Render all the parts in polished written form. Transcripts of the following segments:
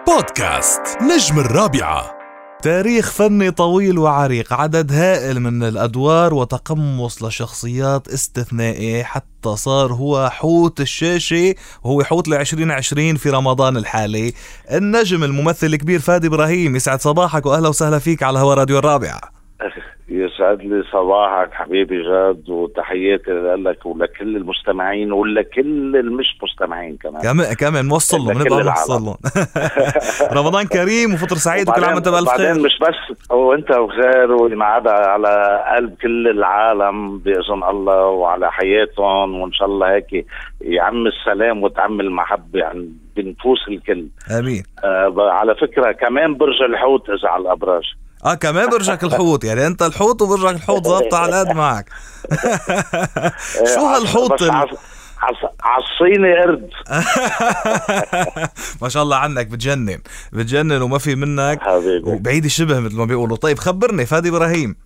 بودكاست نجم الرابعة. تاريخ فني طويل وعريق، عدد هائل من الأدوار وتقمص لشخصيات استثنائية، حتى صار هو حوت الشاشة وهو حوت 2020 في رمضان الحالي. النجم الممثل الكبير فادي إبراهيم، يسعد صباحك وأهلا وسهلا فيك على هوا راديو الرابعة. يسعد لي صباحك حبيبي جاد، وتحياتي لك ولكل المستمعين ولكل المش مستمعين كمان موصل لهم، نبقى نوصل لهم. رمضان كريم وفطر سعيد وكل عام وانت بألف خير. بعدين مش بس وانت بخير، وينعاد على قلب كل العالم بإذن الله وعلى حياتهم، وإن شاء الله هيك يعم السلام وتعم المحبة يعني بنفوس الكل. آمين. على فكرة كمان برج الحوت إذا على الأبراج. كمان برجك الحوت، يعني انت الحوت وبرجك الحوت ضابطة على قد معك. شو هالحوت عصيني قرد. ما شاء الله عنك، بتجنن وما في منك وبعيد الشبه مثل ما بيقولوا. طيب خبرني فادي إبراهيم،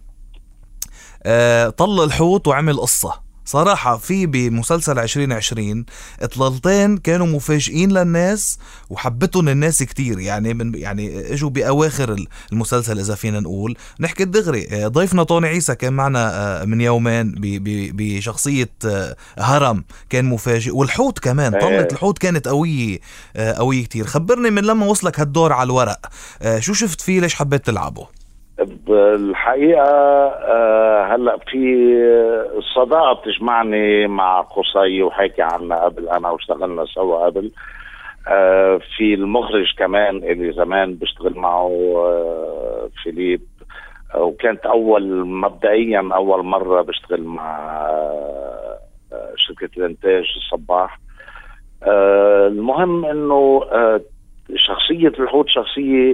طل الحوت وعمل قصة صراحة في بمسلسل 2020 اطلالتين كانوا مفاجئين للناس وحبتهم الناس كتير، يعني اجوا بأواخر المسلسل إذا فينا نقول. نحكي الدغري، ضيفنا طوني عيسى كان معنا من يومين بشخصية هرم، كان مفاجئ. والحوت كمان، طلة الحوت كانت قوية كتير. خبرني من لما وصلك هالدور على الورق، شو شفت فيه، ليش حبيت تلعبه؟ بالحقيقة هلأ في الصداقة بتجمعني مع قصي وحكي عنها قبل أنا واشتغلنا سوا قبل. في المخرج كمان اللي زمان بشتغل معه فيليب، وكانت مبدئيا أول مرة بشتغل مع شركة الانتاج الصباح. المهم إنه شخصية الحوت شخصية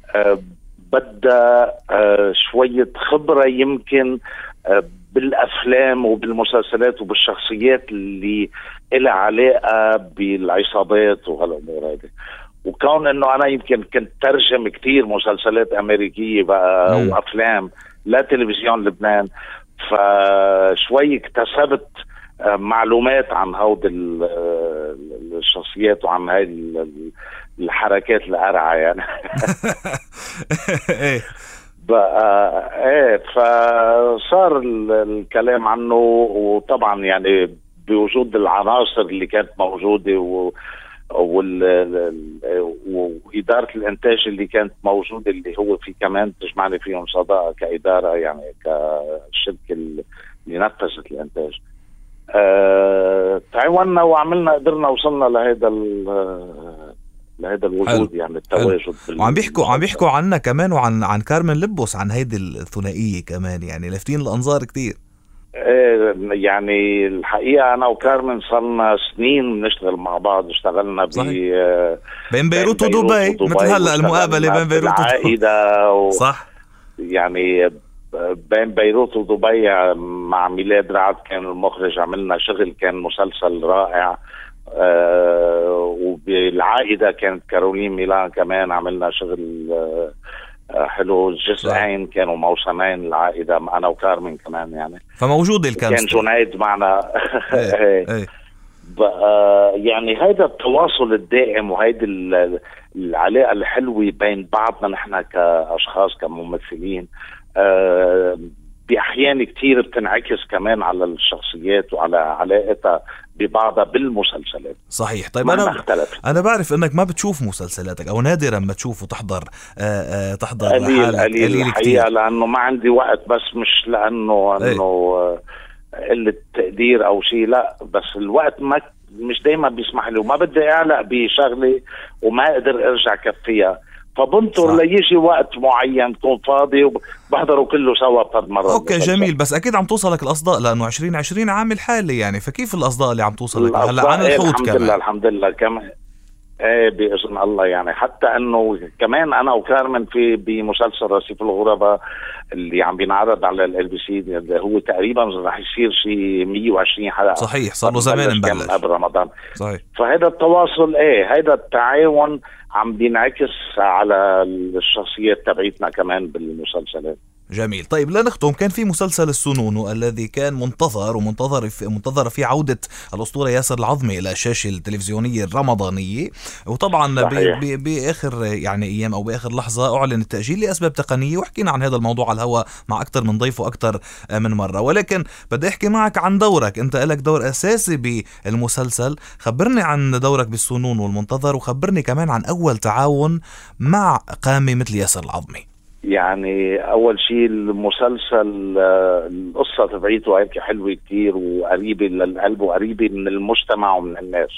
بدأ شوية خبرة يمكن بالأفلام وبالمسلسلات وبالشخصيات اللي إلها علاقة بالعصابات وهالأمور هذه. وكون إنه أنا يمكن كنت ترجم كتير مسلسلات أمريكية بقى وأفلام لا تلفزيون لبنان، فشوي اكتسبت معلومات عن هود الشخصيات وعن هاي الحركات القرعة يعني. فصار الكلام عنه، وطبعا يعني بوجود العناصر اللي كانت موجودة وإدارة الإنتاج اللي كانت موجودة، اللي هو في كمان تجمعني فيهم صداقة كإدارة يعني كشركة اللي نفذت الإنتاج. تعاوننا وعملنا، قدرنا وصلنا لهذا الوجود. حلو. يعني التواجد. وعم بيحكوا عنا كمان وعن كارمن لبوس، عن هيدي الثنائية كمان، يعني لافتين الأنظار كتير. يعني الحقيقة أنا وكارمن صلنا سنين بنشتغل مع بعض. اشتغلنا بين بيروت ودبي، مثل هلا المقابلة بين بيروت ودبي. صح. يعني بين بيروت ودبي مع ميلاد رعد كان المخرج، عملنا شغل كان مسلسل رائع. وبالعائدة كانت كارولين ميلان كمان، عملنا شغل حلو. جزئين كانوا موسمين العائدة، أنا وكارمن كمان يعني. فموجود كان جنيد معنا. يعني هيدا التواصل الدائم وهيدا العلاقة الحلوة بين بعضنا نحن كأشخاص كممثلين، بأحيان كتير بتنعكس كمان على الشخصيات وعلى علاقتها ببعضها بالمسلسلات. صحيح. طيب أنا بعرف إنك ما بتشوف مسلسلاتك، أو نادرا ما تشوف وتحضر. قليل كتير، لأنه ما عندي وقت، بس مش لأنه قلة تقدير أو شيء، لا، بس الوقت مش دايما بيسمح لي، وما بدي أعلق بشغلي وما أقدر أرجع كفيها، فبنطر ليجي وقت معين تكون فاضي وبحضروا كله سوا بهذا مرة. اوكي جميل. بس اكيد عم توصلك الاصداء، لانه 2020 عام الحالي يعني، فكيف الاصداء اللي عم توصلك هلا عن الحوت كمان؟ الحمد لله كمان بإذن الله. يعني حتى انه كمان انا وكارمن في بمسلسل رصيف الغرباء اللي عم بينعرض على LBC، هو تقريبا رح يصير شيء 120 حلقة. صحيح، صار له زمان مبلش قبل رمضان. صحيح. فهذا التواصل هذا التعاون عم بينعكس على الشخصيات تبعيتنا كمان بالمسلسلات. جميل. طيب لنختم، كان في مسلسل السنونو الذي كان منتظر في عودة الأسطورة ياسر العظمي إلى الشاشة التلفزيونية الرمضانية، وطبعا بآخر يعني أيام أو بآخر لحظة أعلن التأجيل لأسباب تقنية، وحكينا عن هذا الموضوع على الهواء مع أكثر من ضيف وأكثر من مرة. ولكن بدي أحكي معك عن دورك، أنت لك دور أساسي بالمسلسل. خبرني عن دورك بالسنونو والمنتظر، وخبرني كمان عن أول تعاون مع قامة مثل ياسر العظمي. يعني أول شيء المسلسل القصة تبعيته هيك حلوة كتير وقريبة للقلب وقريبة من المجتمع ومن الناس.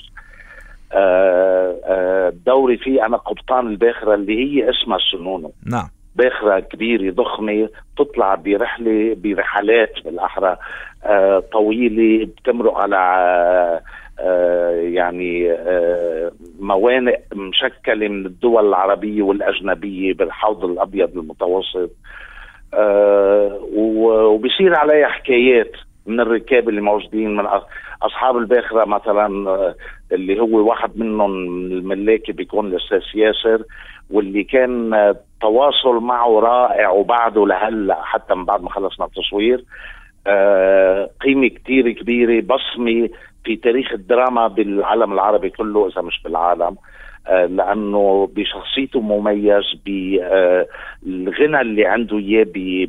دوري فيه أنا قبطان الباخرة اللي هي اسمها السنونو. نعم. باخرة كبيرة ضخمة تطلع برحلات بالأحرى طويلة، بتمرق على يعني موانئ مشكلة من الدول العربية والأجنبية بالحوض الأبيض المتوسط، وبيصير عليها حكايات من الركاب اللي موجودين، من أصحاب الباخرة مثلا اللي هو واحد منهم من الملاكي بيكون الأستاذ ياسر، واللي كان تواصل معه رائع وبعده لهلا حتى من بعد ما خلصنا التصوير. قيمة كتير كبيرة، بصمة في تاريخ الدراما بالعالم العربي كله إذا مش بالعالم، لأنه بشخصيته مميز، بالغنى اللي عنده إياه،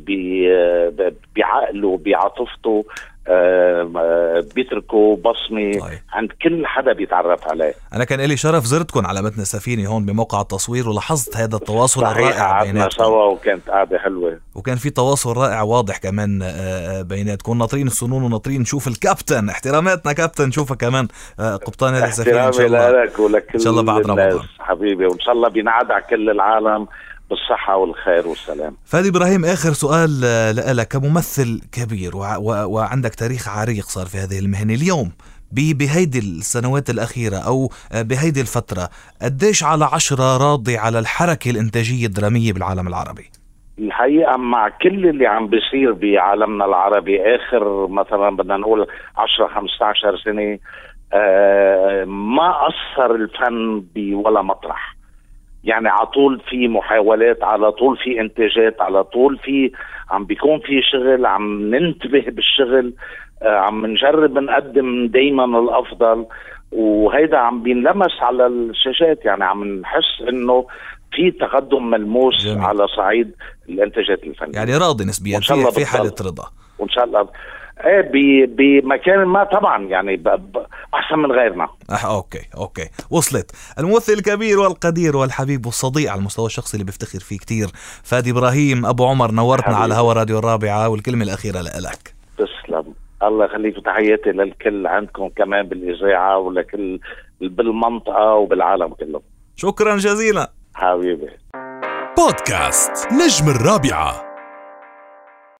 بعقله، بعاطفته، بيتركوا بصمة عند كل حدا بيتعرف عليه. أنا كان لي شرف زرتكم على متن السفينة هون بموقع التصوير، ولاحظت هذا التواصل الرائع بيناتكم سوا، وكانت قاعدة حلوة، وكان في تواصل رائع واضح كمان بيناتكم. ناطرين السنون وناطرين نشوف الكابتن، احتراماتنا كابتن، نشوفك كمان قبطان هذه السفينة إن شاء الله. لك ولكل إن شاء الله بعد رمضان حبيبي، وإن شاء الله بينعاد على كل العالم بالصحة والخير والسلام. فادي إبراهيم، آخر سؤال لك كممثل كبير وعندك تاريخ عريق صار في هذه المهنة، اليوم بهيدي السنوات الأخيرة أو بهيدي الفترة قديش على 10 راضي على الحركة الإنتاجية الدرامية بالعالم العربي؟ الحقيقة مع كل اللي عم بيصير بعالمنا العربي آخر مثلا بدنا نقول 10-15 سنة، ما أثر الفن بولا مطرح. يعني على طول في محاولات، على طول في انتاجات، على طول في عم بيكون في شغل، عم ننتبه بالشغل، عم نجرب نقدم دايما الافضل، وهيدا عم بينلمس على الشاشات. يعني عم نحس انه في تقدم ملموس. جميل. على صعيد الانتاجات الفنية، يعني راضي نسبيا في حالة رضا وان شاء الله بمكان ما طبعا، يعني احسن من غيرنا. اوكي وصلت. الممثل الكبير والقدير والحبيب والصديق على المستوى الشخصي اللي بفتخر فيه كتير، فادي إبراهيم أبو عمر، نورتنا حبيب. على هوا راديو الرابعة، والكلمة الأخيرة لك. تسلم، الله يخليك، وتحياتي للكل عندكم كمان بالإذاعة ولكل بالمنطقة وبالعالم كله. شكرا جزيلا حبيبي. بودكاست نجم الرابعة.